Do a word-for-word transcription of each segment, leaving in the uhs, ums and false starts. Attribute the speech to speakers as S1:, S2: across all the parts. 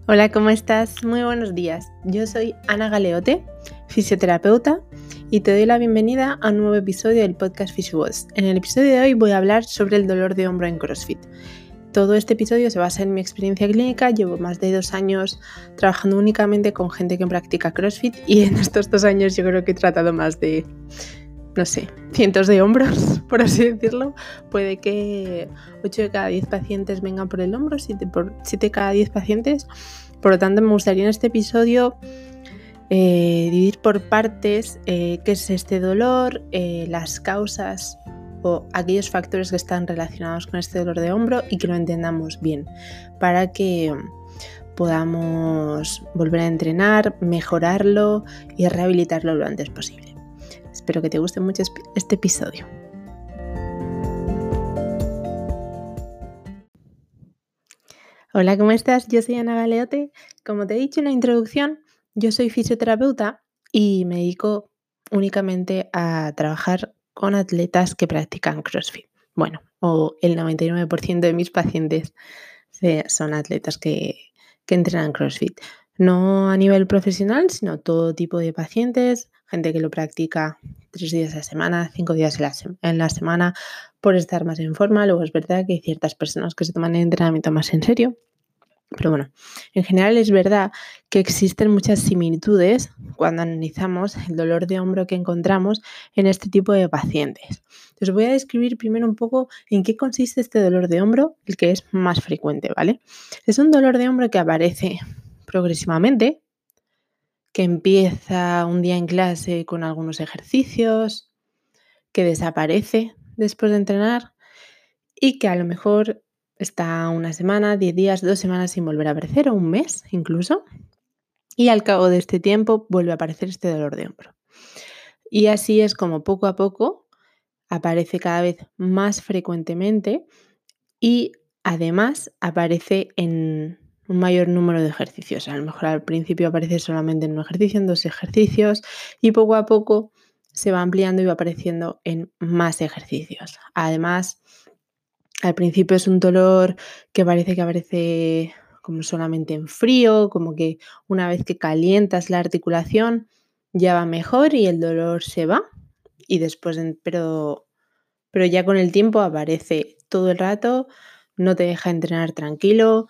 S1: Hola, ¿cómo estás? Muy buenos días. Yo soy Ana Galeote, fisioterapeuta, y te doy la bienvenida a un nuevo episodio del podcast PhysioVoz. En el episodio de hoy voy a hablar sobre el dolor de hombro en CrossFit. Todo este episodio se basa en mi experiencia clínica. Llevo más de dos años trabajando únicamente con gente que practica CrossFit y en estos dos años yo creo que he tratado más de, no sé, cientos de hombros, por así decirlo. Puede que ocho de cada diez pacientes vengan por el hombro, siete de cada diez pacientes. Por lo tanto, me gustaría en este episodio eh, dividir por partes eh, qué es este dolor, eh, las causas o aquellos factores que están relacionados con este dolor de hombro y que lo entendamos bien para que podamos volver a entrenar, mejorarlo y rehabilitarlo lo antes posible. Espero que te guste mucho este episodio. Hola, ¿cómo estás? Yo soy Ana Galeote. Como te he dicho en la introducción, yo soy fisioterapeuta y me dedico únicamente a trabajar con atletas que practican CrossFit. Bueno, o el noventa y nueve por ciento de mis pacientes son atletas que, que entrenan CrossFit. No a nivel profesional, sino todo tipo de pacientes, gente que lo practica tres días a la semana, cinco días en la, se- en la semana por estar más en forma. Luego es verdad que hay ciertas personas que se toman el entrenamiento más en serio. Pero bueno, en general es verdad que existen muchas similitudes cuando analizamos el dolor de hombro que encontramos en este tipo de pacientes. Os voy a describir primero un poco en qué consiste este dolor de hombro, el que es más frecuente, ¿vale? Es un dolor de hombro que aparece progresivamente, que empieza un día en clase con algunos ejercicios, que desaparece después de entrenar y que a lo mejor está una semana, diez días, dos semanas sin volver a aparecer, o un mes incluso, y al cabo de este tiempo vuelve a aparecer este dolor de hombro. Y así es como poco a poco aparece cada vez más frecuentemente y además aparece en un mayor número de ejercicios. A lo mejor al principio aparece solamente en un ejercicio, en dos ejercicios, y poco a poco se va ampliando y va apareciendo en más ejercicios. Además, al principio es un dolor que parece que aparece como solamente en frío, como que una vez que calientas la articulación ya va mejor y el dolor se va. Y después, pero, pero ya con el tiempo aparece todo el rato, no te deja entrenar tranquilo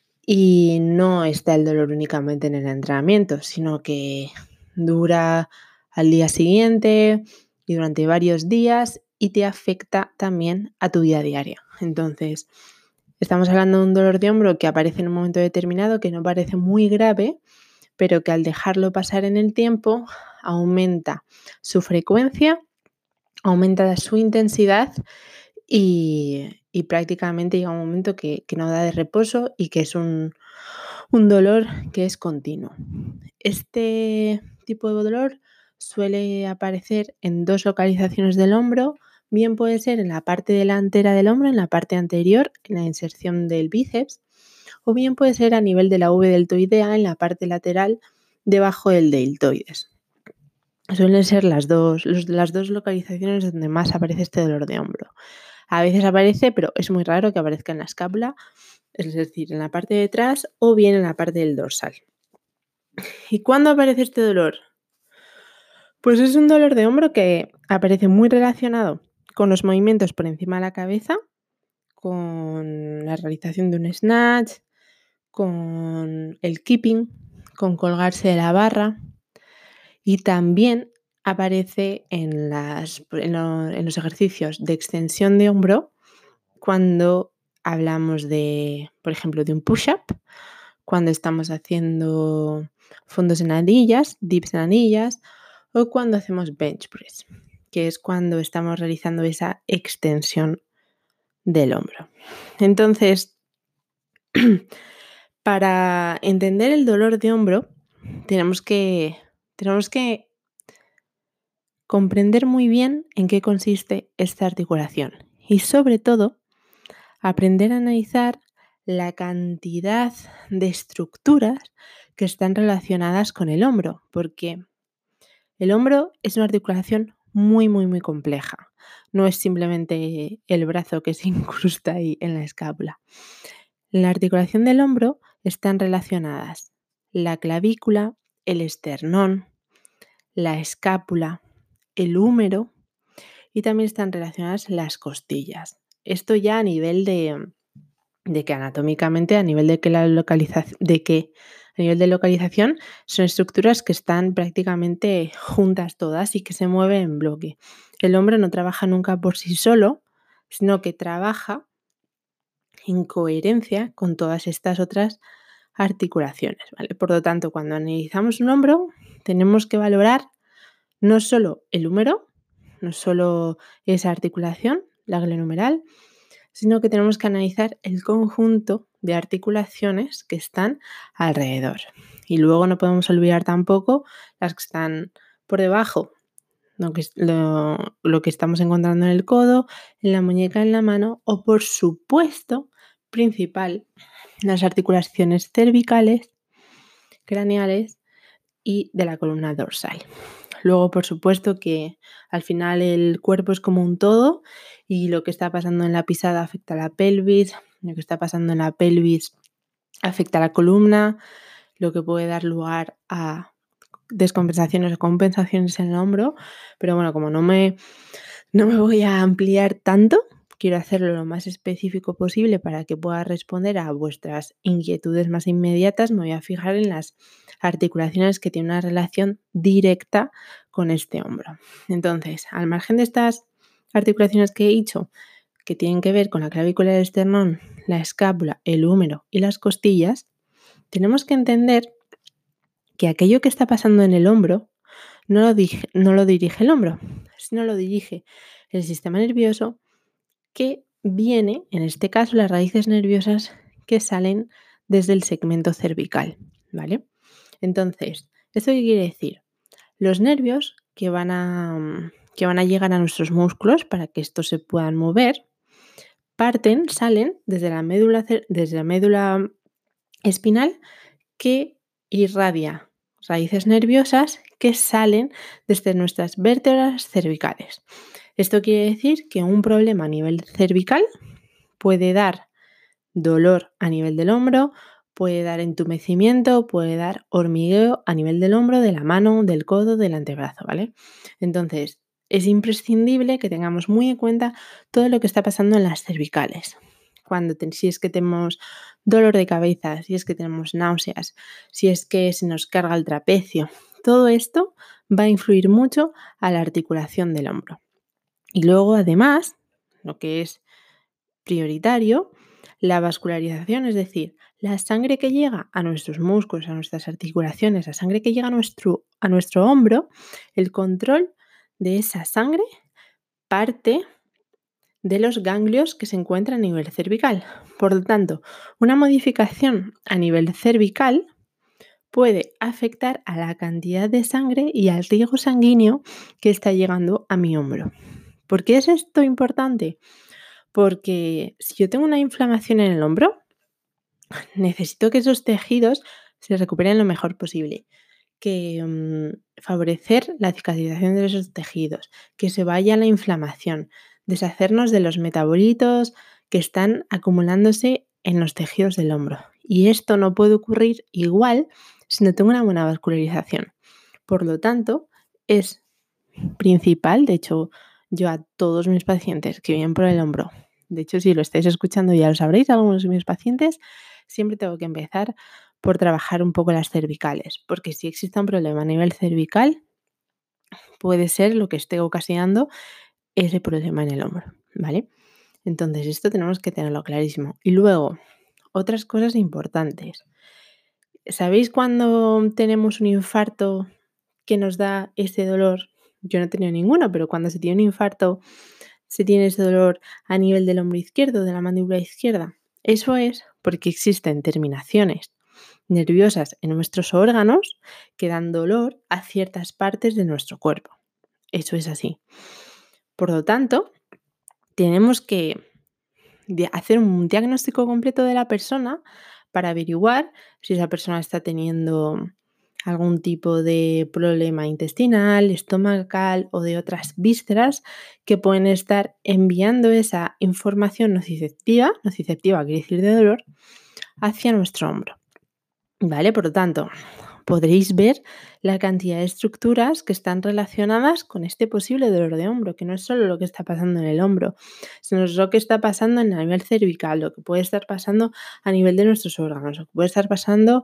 S1: y no está el dolor únicamente en el entrenamiento, sino que dura al día siguiente y durante varios días y te afecta también a tu vida diaria. Entonces, estamos hablando de un dolor de hombro que aparece en un momento determinado, que no parece muy grave, pero que al dejarlo pasar en el tiempo aumenta su frecuencia, aumenta su intensidad y, y prácticamente llega un momento que, que no da de reposo y que es un, un dolor que es continuo. Este tipo de dolor suele aparecer en dos localizaciones del hombro. Bien puede ser en la parte delantera del hombro, en la parte anterior, en la inserción del bíceps, o bien puede ser a nivel de la V deltoidea, en la parte lateral, debajo del deltoides. Suelen ser las dos, los, las dos localizaciones donde más aparece este dolor de hombro. A veces aparece, pero es muy raro que aparezca en la escápula, es decir, en la parte de atrás o bien en la parte del dorsal. ¿Y cuándo aparece este dolor? Pues es un dolor de hombro que aparece muy relacionado con los movimientos por encima de la cabeza, con la realización de un snatch, con el keeping, con colgarse de la barra, y también aparece en, las, en, lo, en los ejercicios de extensión de hombro cuando hablamos de, por ejemplo, de un push-up, cuando estamos haciendo fondos en anillas, dips en anillas, o cuando hacemos bench press, que es cuando estamos realizando esa extensión del hombro. Entonces, para entender el dolor de hombro, tenemos que, tenemos que comprender muy bien en qué consiste esta articulación y, sobre todo, aprender a analizar la cantidad de estructuras que están relacionadas con el hombro, porque el hombro es una articulación muy, muy, muy compleja. No es simplemente el brazo que se incrusta ahí en la escápula. La articulación del hombro están relacionadas la clavícula, el esternón, la escápula, el húmero y también están relacionadas las costillas. Esto ya a nivel de, de que anatómicamente, a nivel de que la localización, de que a nivel de localización son estructuras que están prácticamente juntas todas y que se mueven en bloque. El hombro no trabaja nunca por sí solo, sino que trabaja en coherencia con todas estas otras articulaciones, ¿vale? Por lo tanto, cuando analizamos un hombro, tenemos que valorar no solo el húmero, no solo esa articulación, la glenohumeral, sino que tenemos que analizar el conjunto de articulaciones que están alrededor. Y luego no podemos olvidar tampoco las que están por debajo, lo que, lo, lo que estamos encontrando en el codo, en la muñeca, en la mano o, por supuesto, principal, las articulaciones cervicales, craneales y de la columna dorsal. Luego, por supuesto, que al final el cuerpo es como un todo y lo que está pasando en la pisada afecta a la pelvis, lo que está pasando en la pelvis afecta a la columna, lo que puede dar lugar a descompensaciones o compensaciones en el hombro. Pero bueno, como no me, no me voy a ampliar tanto, quiero hacerlo lo más específico posible para que pueda responder a vuestras inquietudes más inmediatas. Me voy a fijar en las articulaciones que tienen una relación directa con este hombro. Entonces, al margen de estas articulaciones que he dicho, que tienen que ver con la clavícula del esternón, la escápula, el húmero y las costillas, tenemos que entender que aquello que está pasando en el hombro no lo, dirige, no lo dirige el hombro, sino lo dirige el sistema nervioso, que viene, en este caso, las raíces nerviosas que salen desde el segmento cervical, ¿vale? Entonces, ¿esto qué quiere decir? Los nervios que van a, que van a llegar a nuestros músculos para que estos se puedan mover, parten, salen desde la médula, desde la médula espinal, que irradia raíces nerviosas que salen desde nuestras vértebras cervicales. Esto quiere decir que un problema a nivel cervical puede dar dolor a nivel del hombro, puede dar entumecimiento, puede dar hormigueo a nivel del hombro, de la mano, del codo, del antebrazo, ¿vale? Entonces, es imprescindible que tengamos muy en cuenta todo lo que está pasando en las cervicales. Cuando te, si es que tenemos dolor de cabeza, si es que tenemos náuseas, si es que se nos carga el trapecio, todo esto va a influir mucho a la articulación del hombro. Y luego, además, lo que es prioritario, la vascularización, es decir, la sangre que llega a nuestros músculos, a nuestras articulaciones, la sangre que llega a nuestro, a nuestro hombro, el control de esa sangre parte de los ganglios que se encuentran a nivel cervical. Por lo tanto, una modificación a nivel cervical puede afectar a la cantidad de sangre y al riego sanguíneo que está llegando a mi hombro. ¿Por qué es esto importante? Porque si yo tengo una inflamación en el hombro, necesito que esos tejidos se recuperen lo mejor posible, que um, favorecer la cicatrización de esos tejidos, que se vaya la inflamación, deshacernos de los metabolitos que están acumulándose en los tejidos del hombro. Y esto no puede ocurrir igual si no tengo una buena vascularización. Por lo tanto, es principal, de hecho, yo a todos mis pacientes que vienen por el hombro, de hecho, si lo estáis escuchando ya lo sabréis, algunos de mis pacientes, siempre tengo que empezar por trabajar un poco las cervicales, porque si existe un problema a nivel cervical, puede ser lo que esté ocasionando ese problema en el hombro, ¿vale? Entonces, esto tenemos que tenerlo clarísimo. Y luego, otras cosas importantes. ¿Sabéis cuando tenemos un infarto que nos da ese dolor? Yo no he tenido ninguno, pero cuando se tiene un infarto, se tiene ese dolor a nivel del hombro izquierdo, de la mandíbula izquierda. Eso es porque existen terminaciones nerviosas en nuestros órganos que dan dolor a ciertas partes de nuestro cuerpo. Eso es así. Por lo tanto, tenemos que hacer un diagnóstico completo de la persona para averiguar si esa persona está teniendo algún tipo de problema intestinal, estomacal o de otras vísceras que pueden estar enviando esa información nociceptiva, nociceptiva quiere decir de dolor, hacia nuestro hombro. ¿vale? Por lo tanto, podréis ver la cantidad de estructuras que están relacionadas con este posible dolor de hombro, que no es solo lo que está pasando en el hombro, sino es lo que está pasando en a nivel cervical, lo que puede estar pasando a nivel de nuestros órganos, lo que puede estar pasando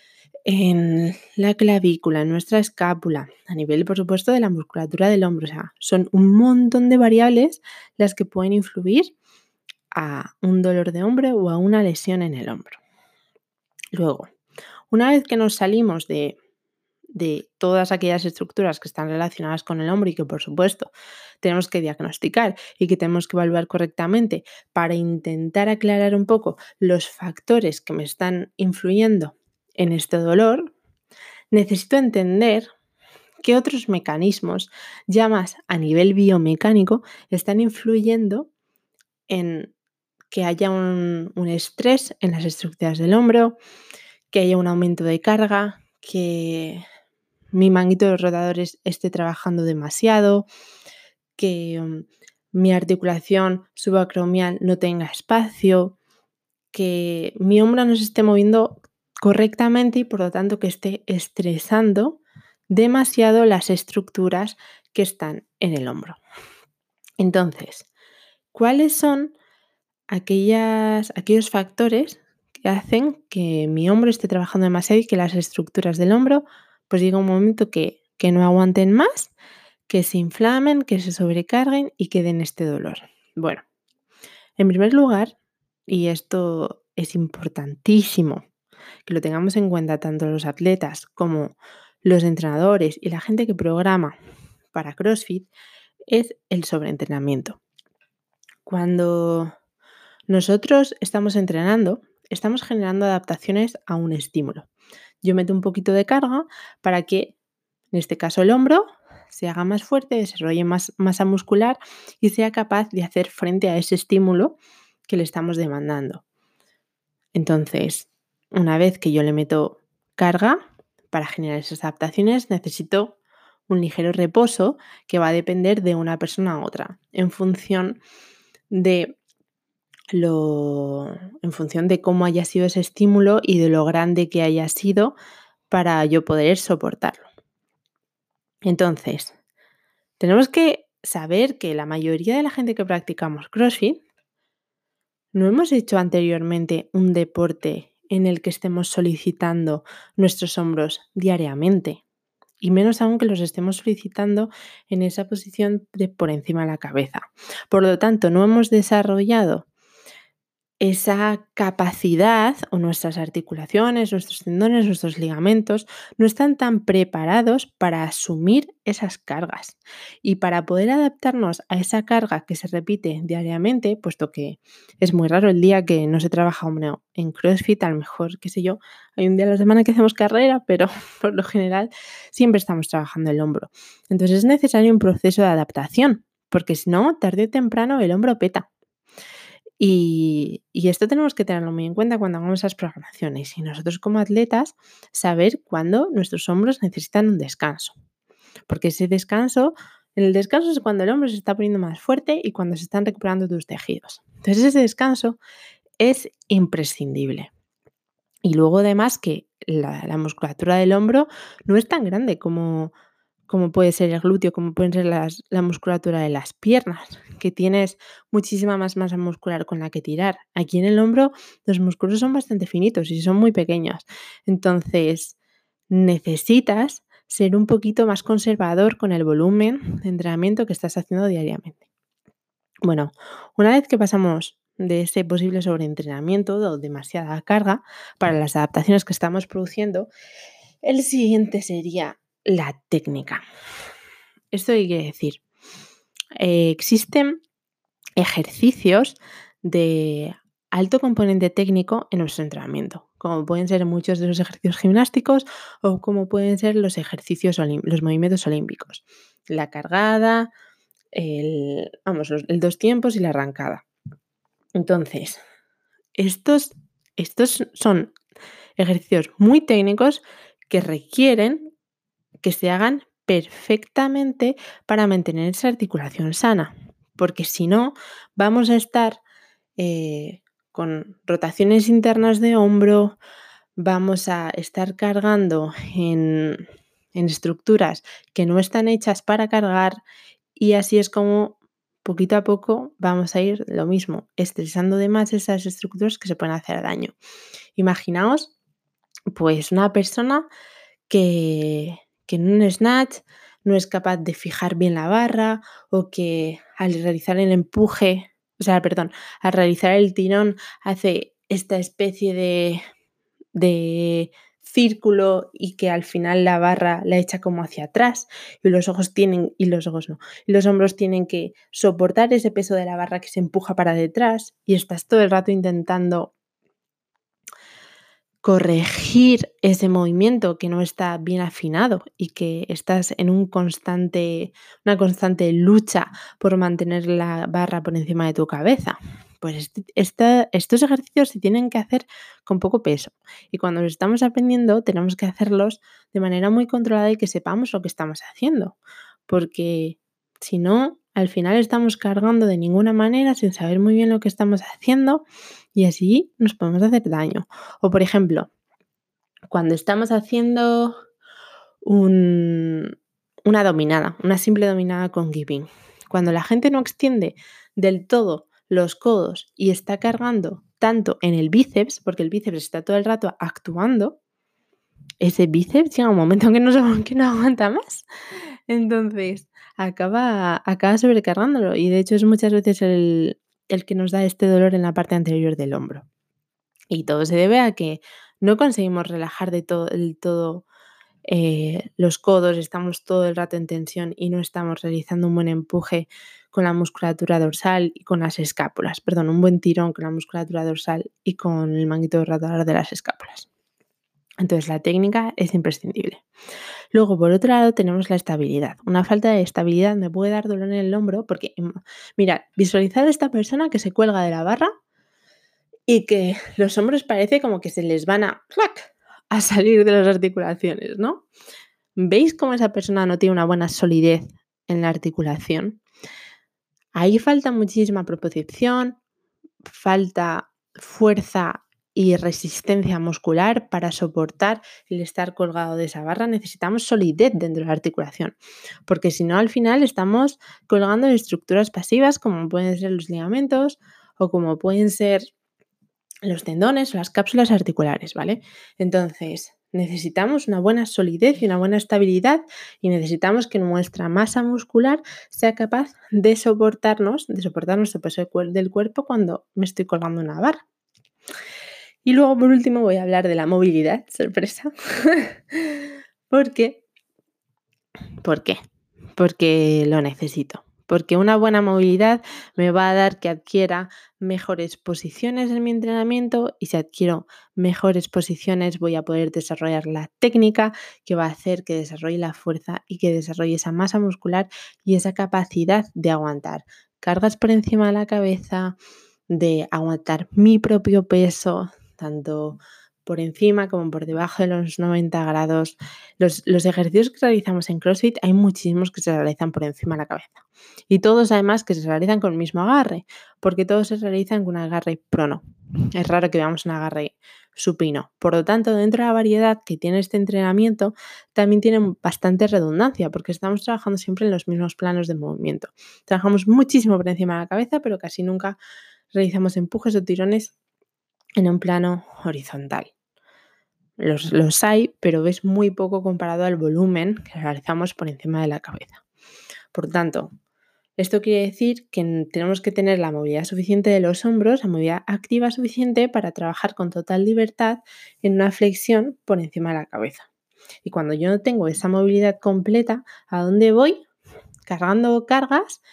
S1: en la clavícula, en nuestra escápula, a nivel, por supuesto, de la musculatura del hombro. O sea, son un montón de variables las que pueden influir a un dolor de hombro o a una lesión en el hombro. Luego, una vez que nos salimos de, de todas aquellas estructuras que están relacionadas con el hombro y que, por supuesto, tenemos que diagnosticar y que tenemos que evaluar correctamente para intentar aclarar un poco los factores que me están influyendo en este dolor, necesito entender qué otros mecanismos, ya más a nivel biomecánico, están influyendo en que haya un, un estrés en las estructuras del hombro, que haya un aumento de carga, que mi manguito de los rotadores esté trabajando demasiado, que um, mi articulación subacromial no tenga espacio, que mi hombro no se esté moviendo correctamente y por lo tanto que esté estresando demasiado las estructuras que están en el hombro. Entonces, ¿cuáles son aquellas, aquellos factores que hacen que mi hombro esté trabajando demasiado y que las estructuras del hombro pues llega un momento que, que no aguanten más, que se inflamen, que se sobrecarguen y que den este dolor? Bueno, en primer lugar, y esto es importantísimo que lo tengamos en cuenta tanto los atletas como los entrenadores y la gente que programa para CrossFit, es el sobreentrenamiento. Cuando nosotros estamos entrenando, estamos generando adaptaciones a un estímulo. Yo meto un poquito de carga para que, en este caso, el hombro se haga más fuerte, desarrolle más masa muscular y sea capaz de hacer frente a ese estímulo que le estamos demandando. Entonces, una vez que yo le meto carga para generar esas adaptaciones, necesito un ligero reposo que va a depender de una persona a otra, en función de lo, en función de cómo haya sido ese estímulo y de lo grande que haya sido para yo poder soportarlo. Entonces, tenemos que saber que la mayoría de la gente que practicamos CrossFit no hemos hecho anteriormente un deporte en el que estemos solicitando nuestros hombros diariamente, y menos aún que los estemos solicitando en esa posición de por encima de la cabeza. Por lo tanto, no hemos desarrollado esa capacidad, o nuestras articulaciones, nuestros tendones, nuestros ligamentos no están tan preparados para asumir esas cargas y para poder adaptarnos a esa carga que se repite diariamente, puesto que es muy raro el día que no se trabaja hombro. En CrossFit, a lo mejor, qué sé yo, hay un día a la semana que hacemos carrera, pero por lo general siempre estamos trabajando el hombro. Entonces es necesario un proceso de adaptación, porque si no, tarde o temprano el hombro peta. Y, y esto tenemos que tenerlo muy en cuenta cuando hagamos esas programaciones y nosotros como atletas saber cuándo nuestros hombros necesitan un descanso, porque ese descanso, en el descanso es cuando el hombro se está poniendo más fuerte y cuando se están recuperando tus tejidos. Entonces ese descanso es imprescindible. Y luego además que la, la musculatura del hombro no es tan grande como, como puede ser el glúteo, como pueden ser las, la musculatura de las piernas, que tienes muchísima más masa muscular con la que tirar. Aquí en el hombro los músculos son bastante finitos y son muy pequeños. Entonces necesitas ser un poquito más conservador con el volumen de entrenamiento que estás haciendo diariamente. Bueno, una vez que pasamos de ese posible sobreentrenamiento o demasiada carga para las adaptaciones que estamos produciendo, el siguiente sería la técnica. Esto hay que decir, eh, existen ejercicios de alto componente técnico en nuestro entrenamiento, como pueden ser muchos de los ejercicios gimnásticos o como pueden ser los ejercicios, los movimientos olímpicos, la cargada, el, vamos, los, el dos tiempos y la arrancada. Entonces, estos, estos son ejercicios muy técnicos que requieren que se hagan perfectamente para mantener esa articulación sana, porque si no, vamos a estar eh, con rotaciones internas de hombro, vamos a estar cargando en, en estructuras que no están hechas para cargar y así es como poquito a poco vamos a ir lo mismo, estresando de más esas estructuras que se pueden hacer daño. Imaginaos, pues una persona que, que en un snatch no es capaz de fijar bien la barra o que al realizar el empuje, o sea, perdón, al realizar el tirón hace esta especie de, de círculo y que al final la barra la echa como hacia atrás y los ojos tienen, y los ojos no, y los hombros tienen que soportar ese peso de la barra que se empuja para detrás y estás todo el rato intentando corregir ese movimiento que no está bien afinado y que estás en un constante, una constante lucha por mantener la barra por encima de tu cabeza. Pues este- esta- estos ejercicios se tienen que hacer con poco peso y cuando los estamos aprendiendo tenemos que hacerlos de manera muy controlada y que sepamos lo que estamos haciendo, porque si no, al final estamos cargando de ninguna manera sin saber muy bien lo que estamos haciendo y así nos podemos hacer daño. O por ejemplo, cuando estamos haciendo un- una dominada, una simple dominada con giving, cuando la gente no extiende del todo los codos y está cargando tanto en el bíceps, porque el bíceps está todo el rato actuando, ese bíceps llega un momento en que no, se- que no aguanta más. Entonces acaba, acaba sobrecargándolo y de hecho es muchas veces el, el que nos da este dolor en la parte anterior del hombro. Y todo se debe a que no conseguimos relajar de todo, del todo eh, los codos, estamos todo el rato en tensión y no estamos realizando un buen empuje con la musculatura dorsal y con las escápulas. Perdón, un buen tirón con la musculatura dorsal y con el manguito rotador de las escápulas. Entonces la técnica es imprescindible. Luego, por otro lado, tenemos la estabilidad. Una falta de estabilidad me puede dar dolor en el hombro porque, mira, visualizad a esta persona que se cuelga de la barra y que los hombros parece como que se les van a, ¡clac!, a salir de las articulaciones, ¿no? ¿Veis cómo esa persona no tiene una buena solidez en la articulación? Ahí falta muchísima propiocepción, falta fuerza y resistencia muscular para soportar el estar colgado de esa barra. Necesitamos solidez dentro de la articulación, porque si no, al final estamos colgando de estructuras pasivas como pueden ser los ligamentos o como pueden ser los tendones o las cápsulas articulares, ¿vale? Entonces, necesitamos una buena solidez y una buena estabilidad y necesitamos que nuestra masa muscular sea capaz de soportarnos, de soportar nuestro peso del cuerpo cuando me estoy colgando una barra. Y luego, por último, voy a hablar de la movilidad, sorpresa. ¿Por qué? ¿Por qué? Porque lo necesito. Porque una buena movilidad me va a dar que adquiera mejores posiciones en mi entrenamiento y si adquiero mejores posiciones voy a poder desarrollar la técnica que va a hacer que desarrolle la fuerza y que desarrolle esa masa muscular y esa capacidad de aguantar cargas por encima de la cabeza, de aguantar mi propio peso, tanto por encima como por debajo de los noventa grados. Los, los ejercicios que realizamos en CrossFit hay muchísimos que se realizan por encima de la cabeza. Y todos además que se realizan con el mismo agarre, porque todos se realizan con un agarre prono. Es raro que veamos un agarre supino. Por lo tanto, dentro de la variedad que tiene este entrenamiento, también tiene bastante redundancia, porque estamos trabajando siempre en los mismos planos de movimiento. Trabajamos muchísimo por encima de la cabeza, pero casi nunca realizamos empujes o tirones en un plano horizontal. Los, los hay, pero es muy poco comparado al volumen que realizamos por encima de la cabeza. Por tanto, esto quiere decir que tenemos que tener la movilidad suficiente de los hombros, la movilidad activa suficiente para trabajar con total libertad en una flexión por encima de la cabeza. Y cuando yo no tengo esa movilidad completa, ¿a dónde voy? Cargando cargas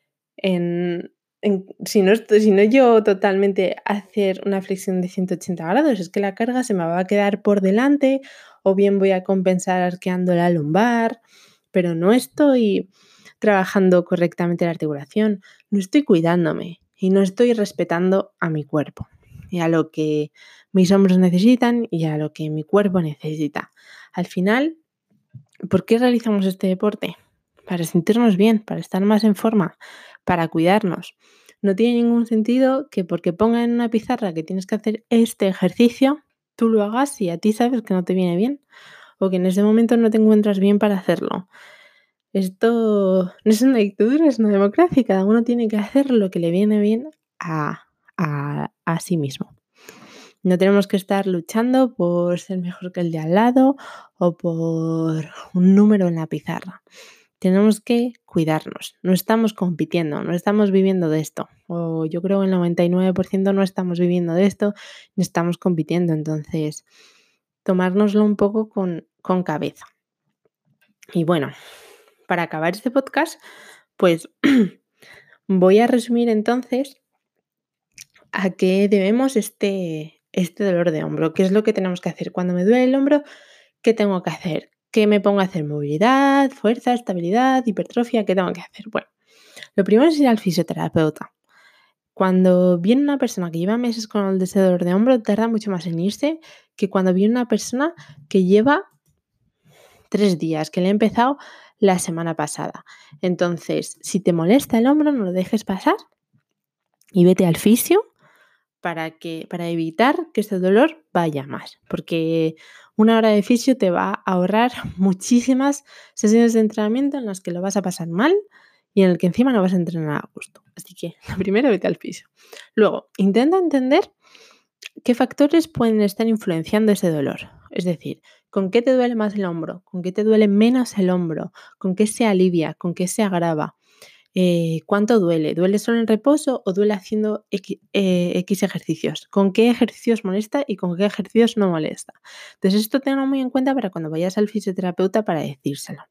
S1: en, en, si, no estoy, si no yo totalmente hacer una flexión de ciento ochenta grados, es que la carga se me va a quedar por delante o bien voy a compensar arqueando la lumbar, pero no estoy trabajando correctamente la articulación, no estoy cuidándome y no estoy respetando a mi cuerpo y a lo que mis hombros necesitan y a lo que mi cuerpo necesita. Al final, ¿por qué realizamos este deporte? Para sentirnos bien, para estar más en forma, para cuidarnos. No tiene ningún sentido que porque pongan en una pizarra que tienes que hacer este ejercicio, tú lo hagas si a ti sabes que no te viene bien o que en ese momento no te encuentras bien para hacerlo. Esto no es una dictadura, es una democracia y cada uno tiene que hacer lo que le viene bien a, a, a sí mismo. No tenemos que estar luchando por ser mejor que el de al lado o por un número en la pizarra. Tenemos que cuidarnos, no estamos compitiendo, no estamos viviendo de esto. O yo creo que el noventa y nueve por ciento no estamos viviendo de esto, ni estamos compitiendo. Entonces, tomárnoslo un poco con, con cabeza. Y bueno, para acabar este podcast, pues voy a resumir entonces a qué debemos este, este dolor de hombro. ¿Qué es lo que tenemos que hacer? Cuando me duele el hombro, ¿qué tengo que hacer? ¿Qué me pongo a hacer? Movilidad, fuerza, estabilidad, hipertrofia, ¿qué tengo que hacer? Bueno, lo primero es ir al fisioterapeuta. Cuando viene una persona que lleva meses con el ese dolor de hombro, tarda mucho más en irse que cuando viene una persona que lleva tres días, que le he empezado la semana pasada. Entonces, si te molesta el hombro, no lo dejes pasar y vete al fisio para, que, para evitar que ese dolor vaya más. Porque una hora de fisio te va a ahorrar muchísimas sesiones de entrenamiento en las que lo vas a pasar mal y en el que encima no vas a entrenar a gusto. Así que, lo primero, vete al fisio. Luego, intenta entender qué factores pueden estar influenciando ese dolor. Es decir, ¿con qué te duele más el hombro? ¿Con qué te duele menos el hombro? ¿Con qué se alivia? ¿Con qué se agrava? Eh, ¿Cuánto duele? ¿Duele solo en reposo o duele haciendo X, eh, X ejercicios? ¿Con qué ejercicios molesta y con qué ejercicios no molesta? Entonces esto tenlo muy en cuenta para cuando vayas al fisioterapeuta para decírselo.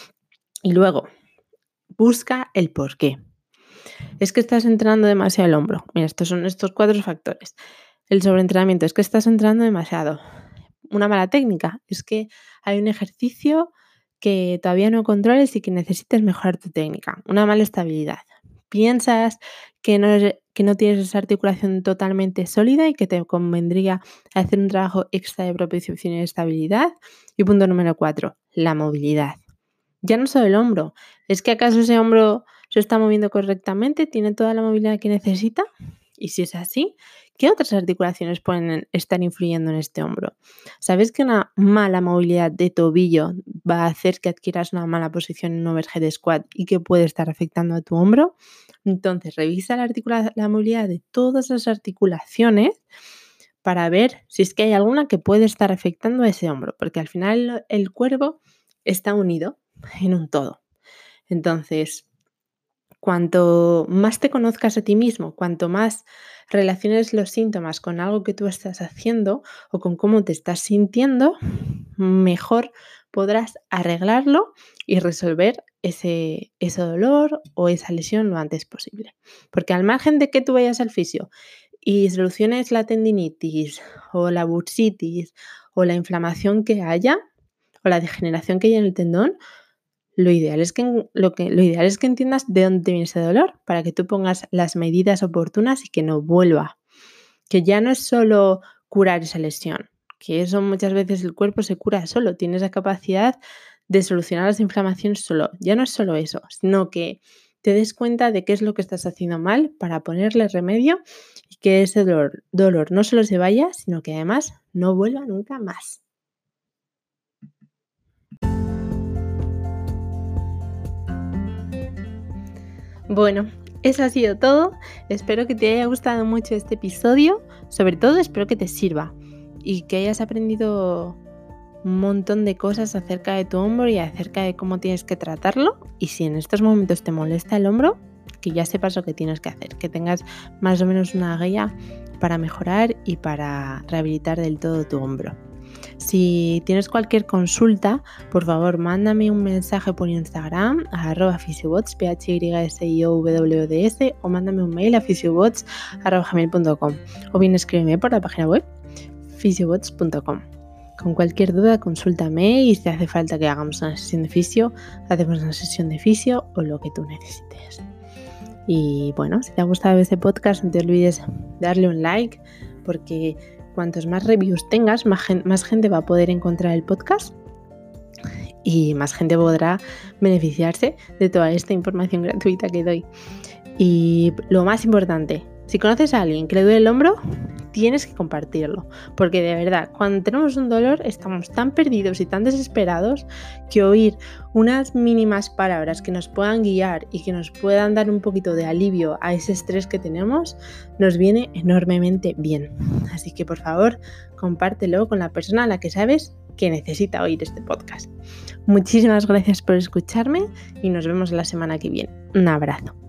S1: Y luego, busca el por qué. Es que estás entrenando demasiado el hombro. Mira, estos son estos cuatro factores. El sobreentrenamiento, es que estás entrenando demasiado. Una mala técnica, es que hay un ejercicio que todavía no controles y que necesites mejorar tu técnica. Una mala estabilidad. Piensas que no, que no tienes esa articulación totalmente sólida y que te convendría hacer un trabajo extra de propiocepción y estabilidad. Y punto número cuatro, la movilidad. Ya no solo el hombro, ¿es que acaso ese hombro se está moviendo correctamente? ¿Tiene toda la movilidad que necesita? Y si es así, ¿qué otras articulaciones pueden estar influyendo en este hombro? ¿Sabes que una mala movilidad de tobillo va a hacer que adquieras una mala posición en un overhead squat y que puede estar afectando a tu hombro? Entonces, revisa la, articula- la movilidad de todas las articulaciones para ver si es que hay alguna que puede estar afectando a ese hombro, porque al final el cuerpo está unido en un todo. Entonces, cuanto más te conozcas a ti mismo, cuanto más relaciones los síntomas con algo que tú estás haciendo o con cómo te estás sintiendo, mejor podrás arreglarlo y resolver ese, ese dolor o esa lesión lo antes posible. Porque al margen de que tú vayas al fisio y soluciones la tendinitis o la bursitis o la inflamación que haya o la degeneración que haya en el tendón, lo ideal es que, lo que, lo ideal es que entiendas de dónde viene ese dolor para que tú pongas las medidas oportunas y que no vuelva. Que ya no es solo curar esa lesión, que eso muchas veces el cuerpo se cura solo, tiene esa capacidad de solucionar las inflamaciones solo. Ya no es solo eso, sino que te des cuenta de qué es lo que estás haciendo mal para ponerle remedio y que ese dolor, dolor no solo se vaya, sino que además no vuelva nunca más. Bueno, eso ha sido todo. Espero que te haya gustado mucho este episodio. Sobre todo espero que te sirva y que hayas aprendido un montón de cosas acerca de tu hombro y acerca de cómo tienes que tratarlo. Y si en estos momentos te molesta el hombro, que ya sepas lo que tienes que hacer, que tengas más o menos una guía para mejorar y para rehabilitar del todo tu hombro. Si tienes cualquier consulta, por favor, mándame un mensaje por Instagram a arroba physiobots, p h y s i o w d s, o mándame un mail a physiobots arroba gmail punto com, o bien escríbeme por la página web physiobots punto com. Con cualquier duda, consúltame y si hace falta que hagamos una sesión de fisio, hacemos una sesión de fisio o lo que tú necesites. Y bueno, si te ha gustado este podcast, no te olvides darle un like, porque cuantos más reviews tengas, más gente, más gente va a poder encontrar el podcast y más gente podrá beneficiarse de toda esta información gratuita que doy. Y lo más importante, si conoces a alguien que le duele el hombro, tienes que compartirlo, porque de verdad, cuando tenemos un dolor estamos tan perdidos y tan desesperados que oír unas mínimas palabras que nos puedan guiar y que nos puedan dar un poquito de alivio a ese estrés que tenemos, nos viene enormemente bien. Así que por favor, compártelo con la persona a la que sabes que necesita oír este podcast. Muchísimas gracias por escucharme y nos vemos la semana que viene. Un abrazo.